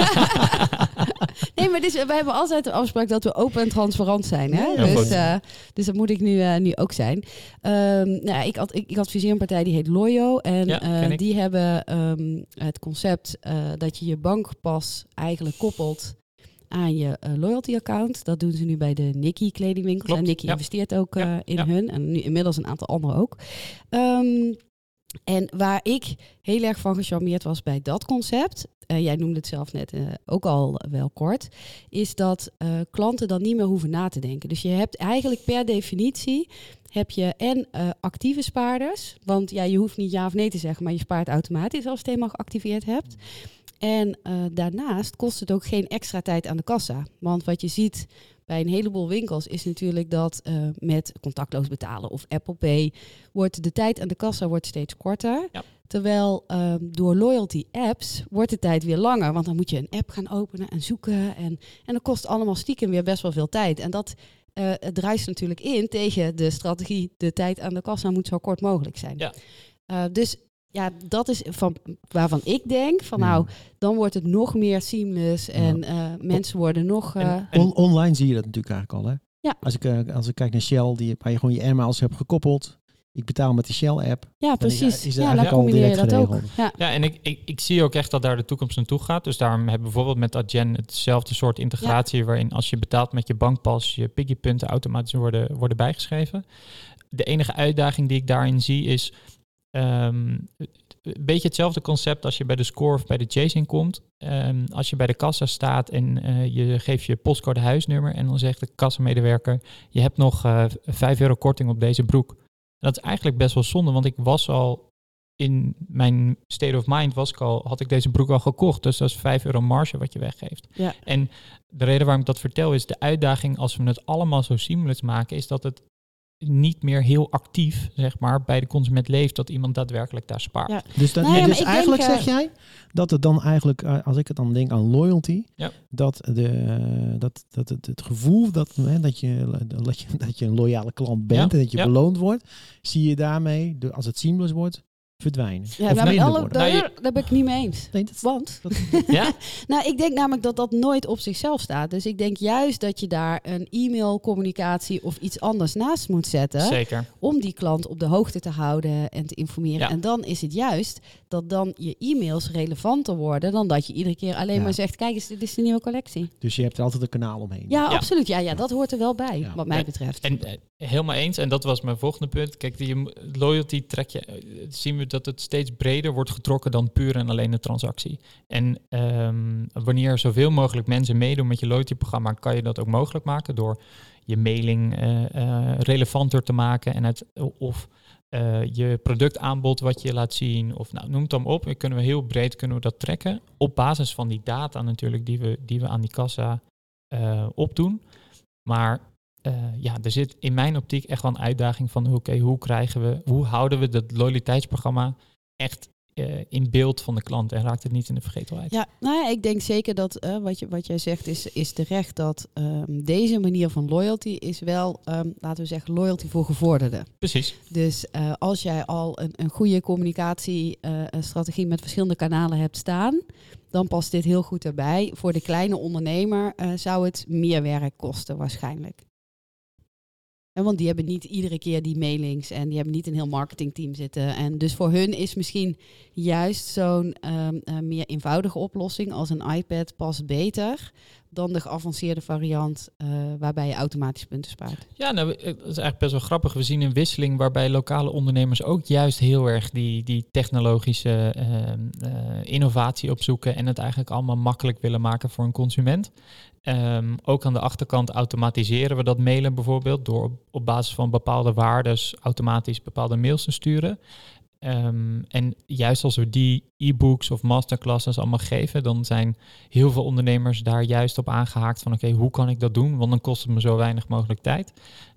Nee, maar dus, we hebben altijd de afspraak dat we open en transparant zijn. Hè? Ja, dus, uh, dus dat moet ik nu, uh, nu ook zijn. Um, nou, ik, ad, ik, ik adviseer een partij die heet Loyo. En ja, uh, die hebben um, het concept uh, dat je je bankpas eigenlijk koppelt aan je uh, loyalty account. Dat doen ze nu bij de Nikki kledingwinkels. Klopt, en Nikki ja. investeert ook uh, ja, in ja. hun. En nu inmiddels een aantal anderen ook. Um, en waar ik heel erg van gecharmeerd was bij dat concept, uh, jij noemde het zelf net uh, ook al wel kort, is dat uh, klanten dan niet meer hoeven na te denken. Dus je hebt eigenlijk per definitie, heb je en uh, actieve spaarders, want ja, je hoeft niet ja of nee te zeggen, maar je spaart automatisch als je het eenmaal geactiveerd hebt. En uh, daarnaast kost het ook geen extra tijd aan de kassa. Want wat je ziet bij een heleboel winkels is natuurlijk dat uh, met contactloos betalen of Apple Pay wordt de tijd aan de kassa wordt steeds korter. Ja. Terwijl uh, door loyalty apps wordt de tijd weer langer. Want dan moet je een app gaan openen en zoeken. En, en dat kost allemaal stiekem weer best wel veel tijd. En dat uh, het druist natuurlijk in tegen de strategie. De tijd aan de kassa moet zo kort mogelijk zijn. Ja. Uh, dus ja, dat is van, waarvan ik denk van ja. nou, dan wordt het nog meer seamless en uh, mensen worden nog... Uh, en, en, On- online zie je dat natuurlijk eigenlijk al, hè? Ja. Als ik, uh, als ik kijk naar Shell, die, waar je gewoon je airmiles hebt gekoppeld. Ik betaal met de Shell-app. Ja, precies. Is, is ja, dan combineer je dat geregeld. ook. Ja, ja en ik, ik, ik zie ook echt dat daar de toekomst naartoe gaat. Dus daarom hebben we bijvoorbeeld met Adyen hetzelfde soort integratie, ja. waarin als je betaalt met je bankpas, je Piggy-punten automatisch worden, worden bijgeschreven. De enige uitdaging die ik daarin zie is Um, een beetje hetzelfde concept als je bij de Score of bij de Chasing komt. Um, als je bij de kassa staat en uh, je geeft je postcode huisnummer en dan zegt de kassamedewerker, je hebt nog uh, vijf euro korting op deze broek. En dat is eigenlijk best wel zonde, want ik was al in mijn state of mind was ik al, had ik deze broek al gekocht. Dus dat is vijf euro marge wat je weggeeft. Ja. En de reden waarom ik dat vertel is de uitdaging als we het allemaal zo seamless maken, is dat het niet meer heel actief, zeg maar, bij de consument leeft dat iemand daadwerkelijk daar spaart. Ja. Dus, dat, nou ja, dus eigenlijk denk, zeg jij dat het dan eigenlijk, uh, als ik het dan denk aan loyalty, ja. dat, de, uh, dat, dat het, het gevoel dat, hè, dat, je, dat, je, dat je een loyale klant bent ja. en dat je ja. beloond wordt, zie je daarmee, de, als het seamless wordt, verdwijnen. Ja, of nou, alle, worden. daar, daar ben ik niet mee eens. Nee, dat, Want? Dat, ja? nou, ik denk namelijk dat dat nooit op zichzelf staat. Dus ik denk juist dat je daar een e-mailcommunicatie of iets anders naast moet zetten. Zeker. Om die klant op de hoogte te houden en te informeren. Ja. En dan is het juist dat dan je e-mails relevanter worden dan dat je iedere keer alleen ja. maar zegt, kijk eens, dit is de nieuwe collectie. Dus je hebt er altijd een kanaal omheen. Ja, ja. absoluut. Ja, ja, dat hoort er wel bij, ja. wat mij ja. betreft. En uh, helemaal eens. En dat was mijn volgende punt. Kijk, die loyalty trek je, uh, zien we dat het steeds breder wordt getrokken dan puur en alleen de transactie. En um, wanneer zoveel mogelijk mensen meedoen met je loyalty-programma, kan je dat ook mogelijk maken door je mailing uh, uh, relevanter te maken en het, of uh, je productaanbod wat je laat zien, of nou, noem het dan op. Kunnen we heel breed kunnen we dat trekken op basis van die data natuurlijk die we, die we aan die kassa uh, opdoen. Maar uh, ja, er zit in mijn optiek echt wel een uitdaging van oké, okay, hoe krijgen we, hoe houden we dat loyaliteitsprogramma echt uh, in beeld van de klant en raakt het niet in de vergetelheid? Ja, nou ja, ik denk zeker dat uh, wat, je, wat jij zegt is, is terecht dat um, deze manier van loyalty is wel, um, laten we zeggen, loyalty voor gevorderden. Precies. Dus uh, als jij al een, een goede communicatiestrategie uh, met verschillende kanalen hebt staan, dan past dit heel goed erbij. Voor de kleine ondernemer uh, zou het meer werk kosten waarschijnlijk. En want die hebben niet iedere keer die mailings en die hebben niet een heel marketingteam zitten. En dus voor hun is misschien juist zo'n um, uh, meer eenvoudige oplossing als een iPad past beter dan de geavanceerde variant uh, waarbij je automatisch punten spaart. Ja, nou, dat is eigenlijk best wel grappig. We zien een wisseling waarbij lokale ondernemers ook juist heel erg die, die technologische uh, uh, innovatie opzoeken en het eigenlijk allemaal makkelijk willen maken voor een consument. Um, ook aan de achterkant automatiseren we dat mailen bijvoorbeeld door op, op basis van bepaalde waardes automatisch bepaalde mails te sturen. Um, en juist als we die e-books of masterclasses allemaal geven, dan zijn heel veel ondernemers daar juist op aangehaakt van oké, okay, hoe kan ik dat doen? Want dan kost het me zo weinig mogelijk tijd.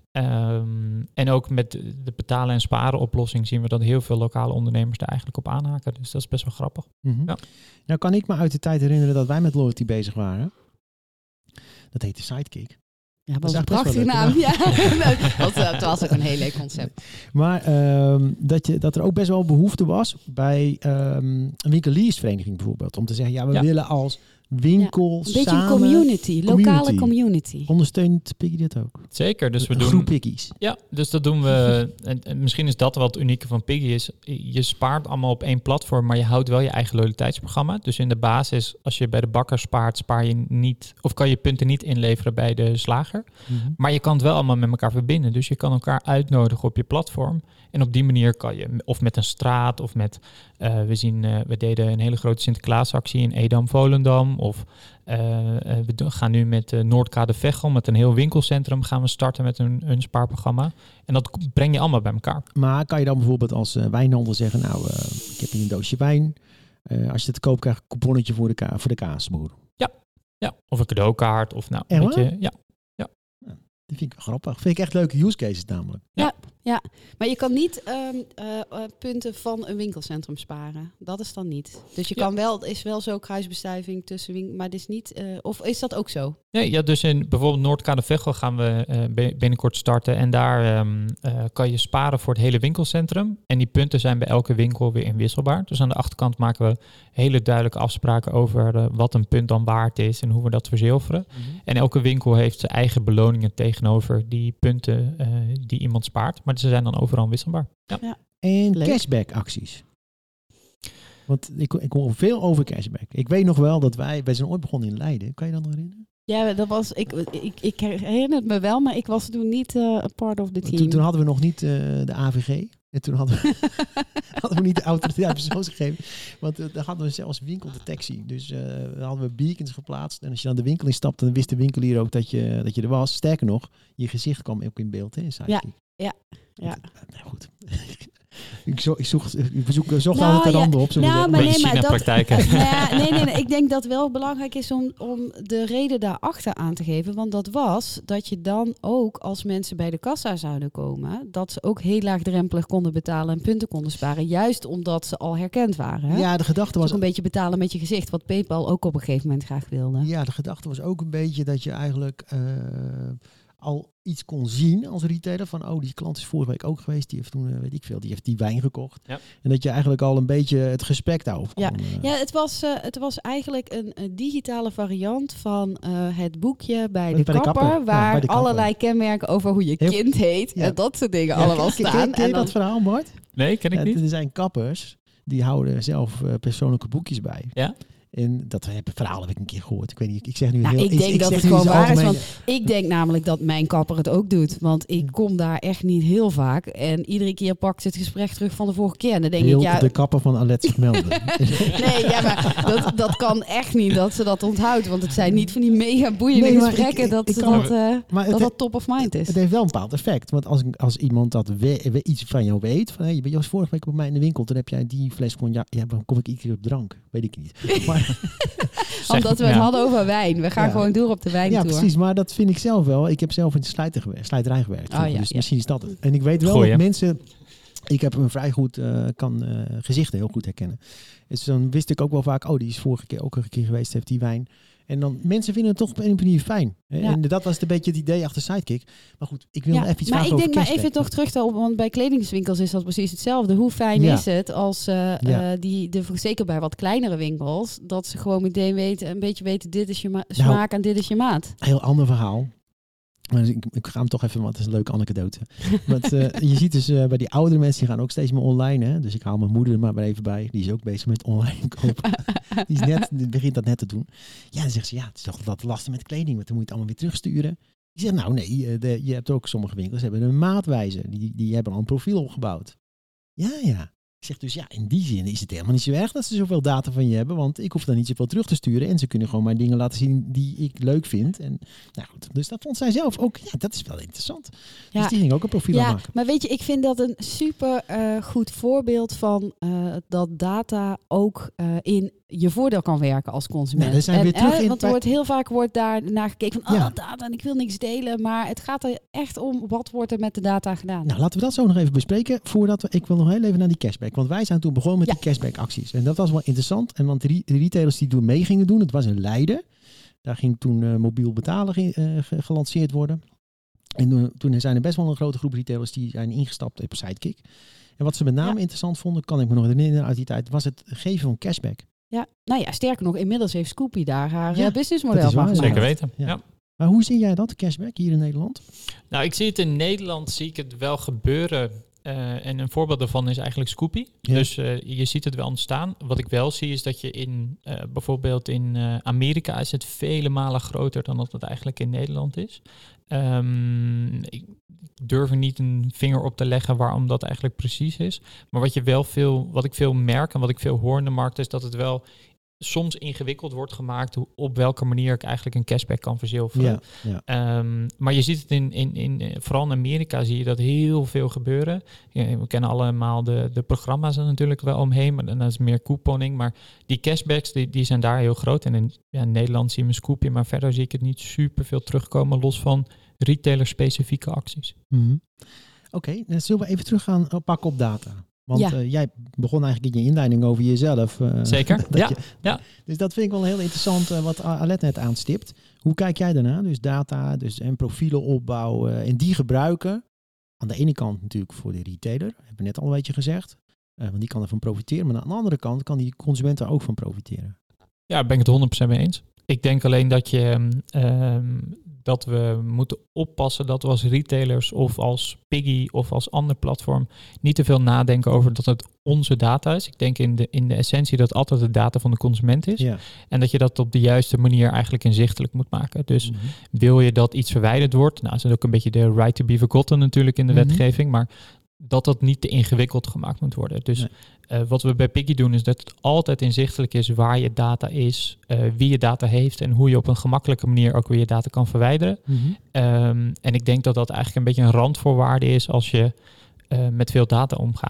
Um, en ook met de betalen en sparen oplossing zien we dat heel veel lokale ondernemers daar eigenlijk op aanhaken. Dus dat is best wel grappig. Mm-hmm. Ja. Nou kan ik me uit de tijd herinneren dat wij met loyalty bezig waren. Dat heette Sidekick. Ja, dat was een prachtige naam. Ja. dat, uh, dat was ook een heel leuk concept. Maar um, dat, je, dat er ook best wel behoefte was bij um, een winkeliersvereniging bijvoorbeeld. Om te zeggen, ja, we ja. willen als winkel ja, een samen... Een beetje community, community. Lokale community. Ondersteunt Piggy dit ook? Zeker. Dus we een doen... groep Piggy's. Ja, dus dat doen we... en, en misschien is dat wat het unieke van Piggy is. Je spaart allemaal op één platform, maar je houdt wel je eigen loyaliteitsprogramma. Dus in de basis, als je bij de bakker spaart, spaar je niet... of kan je punten niet inleveren bij de slager. Mm-hmm. Maar je kan het wel allemaal met elkaar verbinden. Dus je kan elkaar uitnodigen op je platform. En op die manier kan je, of met een straat, of met... Uh, we zien, uh, we deden een hele grote Sinterklaasactie in Edam-Volendam. Of uh, we do- gaan nu met uh, Noordkade-Veghel, met een heel winkelcentrum, gaan we starten met een, een spaarprogramma. En dat breng je allemaal bij elkaar. Maar kan je dan bijvoorbeeld als uh, wijnhandel zeggen, nou, uh, ik heb hier een doosje wijn. Uh, als je het koopt, krijg je een couponnetje voor de, ka- voor de kaasboer. Ja. ja, of een cadeaukaart. Of nou, weet je, ja. Dat vind ik wel grappig. Vind ik echt leuke use cases namelijk. Ja, ja, ja. Maar je kan niet um, uh, uh, punten van een winkelcentrum sparen. Dat is dan niet. Dus je ja. kan wel, het is wel zo kruisbestuiving tussen winkel, maar het is niet. Uh, of is dat ook zo? Nee, ja, dus in bijvoorbeeld Noordkade-Veghel gaan we uh, binnenkort starten. En daar um, uh, kan je sparen voor het hele winkelcentrum. En die punten zijn bij elke winkel weer inwisselbaar. Dus aan de achterkant maken we hele duidelijke afspraken over uh, wat een punt dan waard is en hoe we dat verzilveren. Mm-hmm. En elke winkel heeft zijn eigen beloningen tegenover die punten uh, die iemand spaart. Maar ze zijn dan overal wisselbaar. Ja. Ja. En cashback acties. Want ik, ik hoor veel over cashback. Ik weet nog wel dat wij, wij zijn ooit begonnen in Leiden. Kan je dat nog herinneren? Ja, dat was, ik, ik, ik herinner het me wel, maar ik was toen niet uh, a part of the team. Toen, toen hadden we nog niet uh, de A V G. En toen hadden we, hadden we niet de autoriteit persoonsgegevens. Want uh, daar hadden we zelfs winkeldetectie. Dus uh, dan hadden we beacons geplaatst. En als je dan de winkel instapte, dan wist de winkelier ook dat je, dat je er was. Sterker nog, je gezicht kwam ook in beeld. Hè, in ja, ja, ja. Want, uh, nou goed. Ik, zo, ik, zocht, ik bezoek, zocht Nou, altijd de ja, randen op. nou, Nou, maar nee, maar dat, praktijken. nou ja, nee, nee, nee, ik denk dat wel belangrijk is om, om de reden daarachter aan te geven. Want dat was dat je dan ook, als mensen bij de kassa zouden komen, dat ze ook heel laagdrempelig konden betalen en punten konden sparen. Juist omdat ze al herkend waren. Hè? Ja, de gedachte was ook een beetje betalen met je gezicht, wat PayPal ook op een gegeven moment graag wilde. Ja, de gedachte was ook een beetje dat je eigenlijk uh, al iets kon zien als retailer. Van, oh, die klant is vorige week ook geweest. Die heeft toen, uh, weet ik veel, die heeft die wijn gekocht. Ja. En dat je eigenlijk al een beetje het gesprek daarover kon. Ja, uh, ja het, was, uh, het was eigenlijk een, een digitale variant van uh, het boekje bij de, bij kapper. de kapper. Waar ja, de kapper. allerlei kenmerken over hoe je Heel, kind heet. Ja. En dat soort dingen ja, allemaal ken, staan. Ken, ken je en dan, dat verhaal, Bart? Nee, ken ik ja, niet. Er zijn kappers, die houden zelf uh, persoonlijke boekjes bij. Ja. En dat heb, verhaal heb ik een keer gehoord. Ik weet niet, ik zeg nu nou, heel... Ik denk ik, ik dat zeg het gewoon waar algemeen. is. Want ik denk namelijk dat mijn kapper het ook doet. Want ik kom daar echt niet heel vaak. En iedere keer pakt ze het gesprek terug van de vorige keer. En dan denk heel ik, ja... de kapper van Alet zich melden. nee, ja, maar dat, dat kan echt niet dat ze dat onthoudt. Want het zijn niet van die mega boeiende nee, gesprekken ik, ik, dat, ik dat, uh, maar dat, dat top of mind is. Het heeft wel een bepaald effect. Want als, als iemand dat we, we iets van jou weet... Van, hey, je was vorige week bij mij in de winkel... toen heb jij die fles kon... Ja, ja, dan kom ik iedere keer op drank. Weet ik niet. Maar... Omdat we het ja. hadden over wijn. We gaan ja. gewoon door op de wijntour. Ja, precies. Maar dat vind ik zelf wel. Ik heb zelf in de slijter gewerkt, slijterij gewerkt. Oh, ja, dus ja. misschien is dat het. En ik weet wel Goeie. dat mensen... Ik heb hem vrij goed... Uh, kan uh, gezichten heel goed herkennen. Dus dan wist ik ook wel vaak... Oh, die is vorige keer ook een keer geweest. Heeft die wijn... En dan, mensen vinden het toch op een manier fijn. Ja. En dat was een beetje het idee achter Sidekick. Maar goed, ik wil ja, even iets maar vragen ik over denk maar even toch terug te op, want bij kledingswinkels is dat precies hetzelfde. Hoe fijn ja. is het als uh, ja. uh, die, de, zeker bij wat kleinere winkels, dat ze gewoon meteen weten, een beetje weten, dit is je ma- smaak nou, en dit is je maat. Heel ander verhaal. Maar ik, ik ga hem toch even, want het is een leuke anekdote. Want uh, je ziet dus uh, bij die oudere mensen, die gaan ook steeds meer online. Hè? Dus ik haal mijn moeder er maar even bij. Die is ook bezig met online kopen. die, is net, die begint dat net te doen. Ja, dan zegt ze, ja, het is toch wat lastig met kleding, want dan moet je het allemaal weer terugsturen. Die zegt, nou nee, de, je hebt ook sommige winkels, hebben een maatwijzer. Die, die hebben al een profiel opgebouwd. Ja, ja. Ik zeg dus, ja, in die zin is het helemaal niet zo erg dat ze zoveel data van je hebben, want ik hoef dan niet zoveel terug te sturen en ze kunnen gewoon maar dingen laten zien die ik leuk vind. En nou goed, dus dat vond zij zelf ook, ja, dat is wel interessant. Ja. Dus die ging ook een profiel ja, aanmaken. Maar weet je, ik vind dat een super uh, goed voorbeeld van uh, dat data ook uh, in je voordeel kan werken als consument. Ja, zijn en, weer terug uh, in want er wordt heel vaak wordt daar naar gekeken van, oh, ja. data en ik wil niks delen, maar het gaat er echt om, wat wordt er met de data gedaan? Nou, laten we dat zo nog even bespreken, voordat we, ik wil nog heel even naar die cashback, want wij zijn toen begonnen met ja. die cashback acties. En dat was wel interessant, en want de retailers die toen mee gingen doen, het was in Leiden, daar ging toen uh, mobiel betalen ge, uh, gelanceerd worden. En uh, toen zijn er best wel een grote groep retailers die zijn ingestapt op Sidekick. En wat ze met name ja. interessant vonden, kan ik me nog herinneren uit die tijd, was het geven van cashback. Ja, nou ja, sterker nog, inmiddels heeft Scoopy daar haar ja, businessmodel van gemaakt. Zeker weten, ja. ja. Maar hoe zie jij dat, cashback, hier in Nederland? Nou, ik zie het in Nederland, zie ik het wel gebeuren. Uh, en een voorbeeld daarvan is eigenlijk Scoopy. Ja. Dus uh, je ziet het wel ontstaan. Wat ik wel zie is dat je in, uh, bijvoorbeeld in uh, Amerika is het vele malen groter dan dat het eigenlijk in Nederland is. Um, ik durf er niet een vinger op te leggen waarom dat eigenlijk precies is. Maar wat je wel veel, wat ik veel merk en wat ik veel hoor in de markt is dat het wel soms ingewikkeld wordt gemaakt op welke manier ik eigenlijk een cashback kan verzilveren. Ja, ja. Um, maar je ziet het in, in, in, vooral in Amerika zie je dat heel veel gebeuren. Ja, we kennen allemaal de, de programma's er natuurlijk wel omheen, maar dat is meer couponing. Maar die cashbacks die, die zijn daar heel groot. En in, ja, in Nederland zie je een scoopje, maar verder zie ik het niet super veel terugkomen, los van retailer-specifieke acties. Mm-hmm. Oké, okay, dan zullen we even teruggaan pakken op data. Want ja. uh, jij begon eigenlijk in je inleiding over jezelf. Uh, Zeker, ja, je, ja. Dus dat vind ik wel heel interessant uh, wat Alet net aanstipt. Hoe kijk jij daarna? Dus data dus, en profielen opbouwen en die gebruiken. Aan de ene kant natuurlijk voor de retailer, hebben we net al een beetje gezegd. Uh, want die kan ervan profiteren. Maar aan de andere kant kan die consument er ook van profiteren. Ja, ben ik het honderd procent mee eens. Ik denk alleen dat je... Um, dat we moeten oppassen dat we als retailers of als Piggy of als ander platform niet te veel nadenken over dat het onze data is. Ik denk in de, in de essentie dat het altijd de data van de consument is. Ja. En dat je dat op de juiste manier eigenlijk inzichtelijk moet maken. Dus mm-hmm. wil je dat iets verwijderd wordt, nou is het ook een beetje de right to be forgotten natuurlijk in de mm-hmm. wetgeving, maar dat dat niet te ingewikkeld gemaakt moet worden. Dus nee. uh, wat we bij Piggy doen is dat het altijd inzichtelijk is waar je data is, uh, wie je data heeft en hoe je op een gemakkelijke manier ook weer je data kan verwijderen. Mm-hmm. Um, en ik denk dat dat eigenlijk een beetje een randvoorwaarde is als je uh, met veel data omgaat.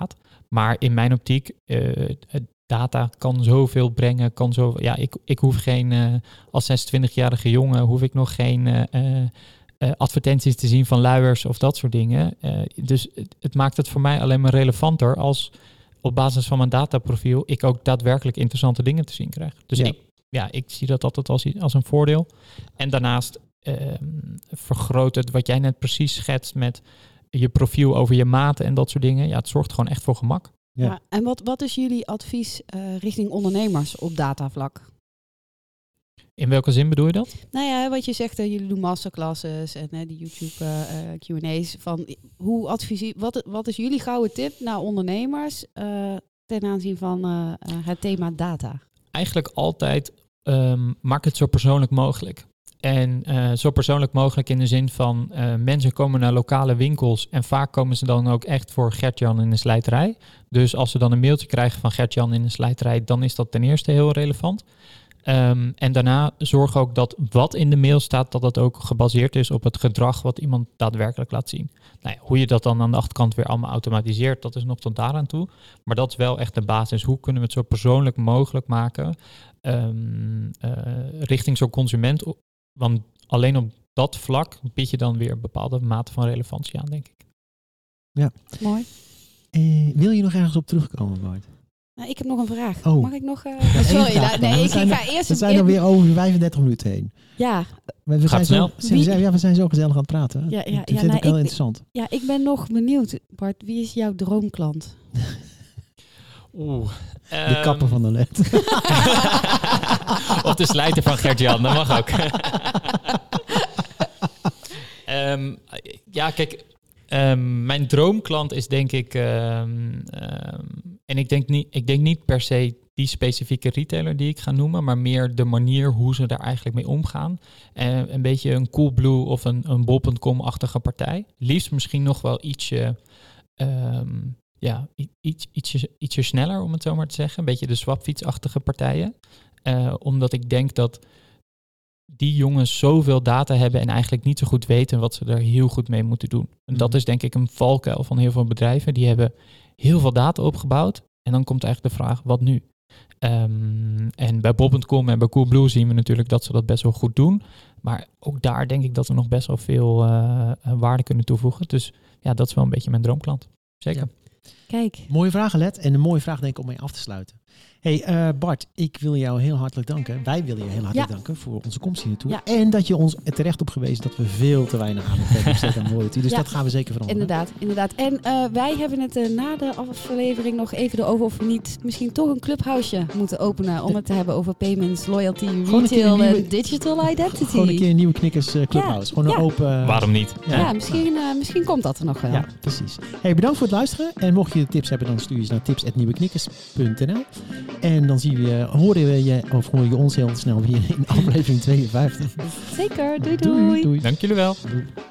Maar in mijn optiek, uh, data kan zoveel brengen. Kan zo, ja, ik, ik hoef geen, uh, als zesentwintigjarige jongen, hoef ik nog geen uh, uh, advertenties te zien van luiers of dat soort dingen. Uh, dus het, het maakt het voor mij alleen maar relevanter als op basis van mijn dataprofiel ik ook daadwerkelijk interessante dingen te zien krijg. Dus ja, ik, ja, ik zie dat altijd als, als een voordeel. En daarnaast uh, vergroot het wat jij net precies schetst met je profiel over je maten en dat soort dingen. Ja, het zorgt gewoon echt voor gemak. Ja. Ja, en wat, wat is jullie advies uh, richting ondernemers op datavlak? In welke zin bedoel je dat? Nou ja, wat je zegt, uh, jullie doen masterclasses en uh, die YouTube uh, Q en A's. Van hoe adviseer, wat, wat is jullie gouden tip naar ondernemers uh, ten aanzien van uh, uh, het thema data? Eigenlijk altijd um, maak het zo persoonlijk mogelijk. En uh, zo persoonlijk mogelijk in de zin van uh, mensen komen naar lokale winkels en vaak komen ze dan ook echt voor Gert-Jan in de slijterij. Dus als ze dan een mailtje krijgen van Gert-Jan in de slijterij, dan is dat ten eerste heel relevant. Um, en daarna zorg ook dat wat in de mail staat, dat dat ook gebaseerd is op het gedrag wat iemand daadwerkelijk laat zien. Nou ja, hoe je dat dan aan de achterkant weer allemaal automatiseert, dat is nog tot daaraan toe. Maar dat is wel echt de basis. Hoe kunnen we het zo persoonlijk mogelijk maken um, uh, richting zo'n consument? Want alleen op dat vlak bied je dan weer een bepaalde mate van relevantie aan, denk ik. Ja. Mooi. Uh, wil je nog ergens op terugkomen, Bart? Nou, ik heb nog een vraag. Oh. Mag ik nog... Uh... Ja, sorry, nou, nee, ik, ik ga eerst... We zijn alweer over vijfendertig minuten heen. Ja. We, we zijn snel. Zo, we zijn, ja, we zijn zo gezellig aan het praten. Ja, ja, ik ja, vind nou, het heel ik, interessant. Ja, ik ben nog benieuwd. Bart, wie is jouw droomklant? Oeh. De um... kapper van de led. Of de slijter van Gert-Jan, dat mag ook. um, ja, kijk... Um, mijn droomklant is denk ik... Um, um, en ik denk, niet, ik denk niet per se die specifieke retailer die ik ga noemen, maar meer de manier hoe ze daar eigenlijk mee omgaan. Uh, een beetje een Coolblue of een, een bol punt com-achtige partij. Liefst misschien nog wel ietsje... Um, ja, iets, ietsje, ietsje sneller, om het zo maar te zeggen. Een beetje de swapfietsachtige partijen. Uh, omdat ik denk dat die jongens zoveel data hebben en eigenlijk niet zo goed weten wat ze er heel goed mee moeten doen. En dat is denk ik een valkuil van heel veel bedrijven. Die hebben heel veel data opgebouwd en dan komt eigenlijk de vraag, wat nu? Um, en bij bol punt com en bij Coolblue zien we natuurlijk dat ze dat best wel goed doen. Maar ook daar denk ik dat we nog best wel veel uh, waarde kunnen toevoegen. Dus ja, dat is wel een beetje mijn droomklant. Zeker. Ja. Kijk. Mooie vraag, Let. En een mooie vraag denk ik om mee af te sluiten. Hey uh, Bart, ik wil jou heel hartelijk danken. Wij willen je heel hartelijk ja. danken voor onze komst hier naartoe. Ja. En dat je ons er terecht op gewezen dat we veel te weinig aandacht hebben besteed aan royalty. Dus ja. dat gaan we zeker veranderen. Inderdaad, inderdaad. En uh, wij hebben het uh, na de aflevering nog even erover of we niet misschien toch een clubhouseje moeten openen om het te hebben over payments, loyalty, retail en digital identity. Gewoon een keer een nieuwe knikkers uh, clubhouse. Ja. Gewoon een ja. open... Uh, Waarom niet? Ja, ja misschien, uh, misschien komt dat er nog wel. Ja, precies. Hey, bedankt voor het luisteren. En mocht je tips hebben, dan stuur je ze naar tips at nieuweknikkers punt n l. En dan zien we, horen we je, of hoor je ons heel snel weer in aflevering tweeënvijftig. Zeker, doei doei. doei, doei. Dank jullie wel. Doei.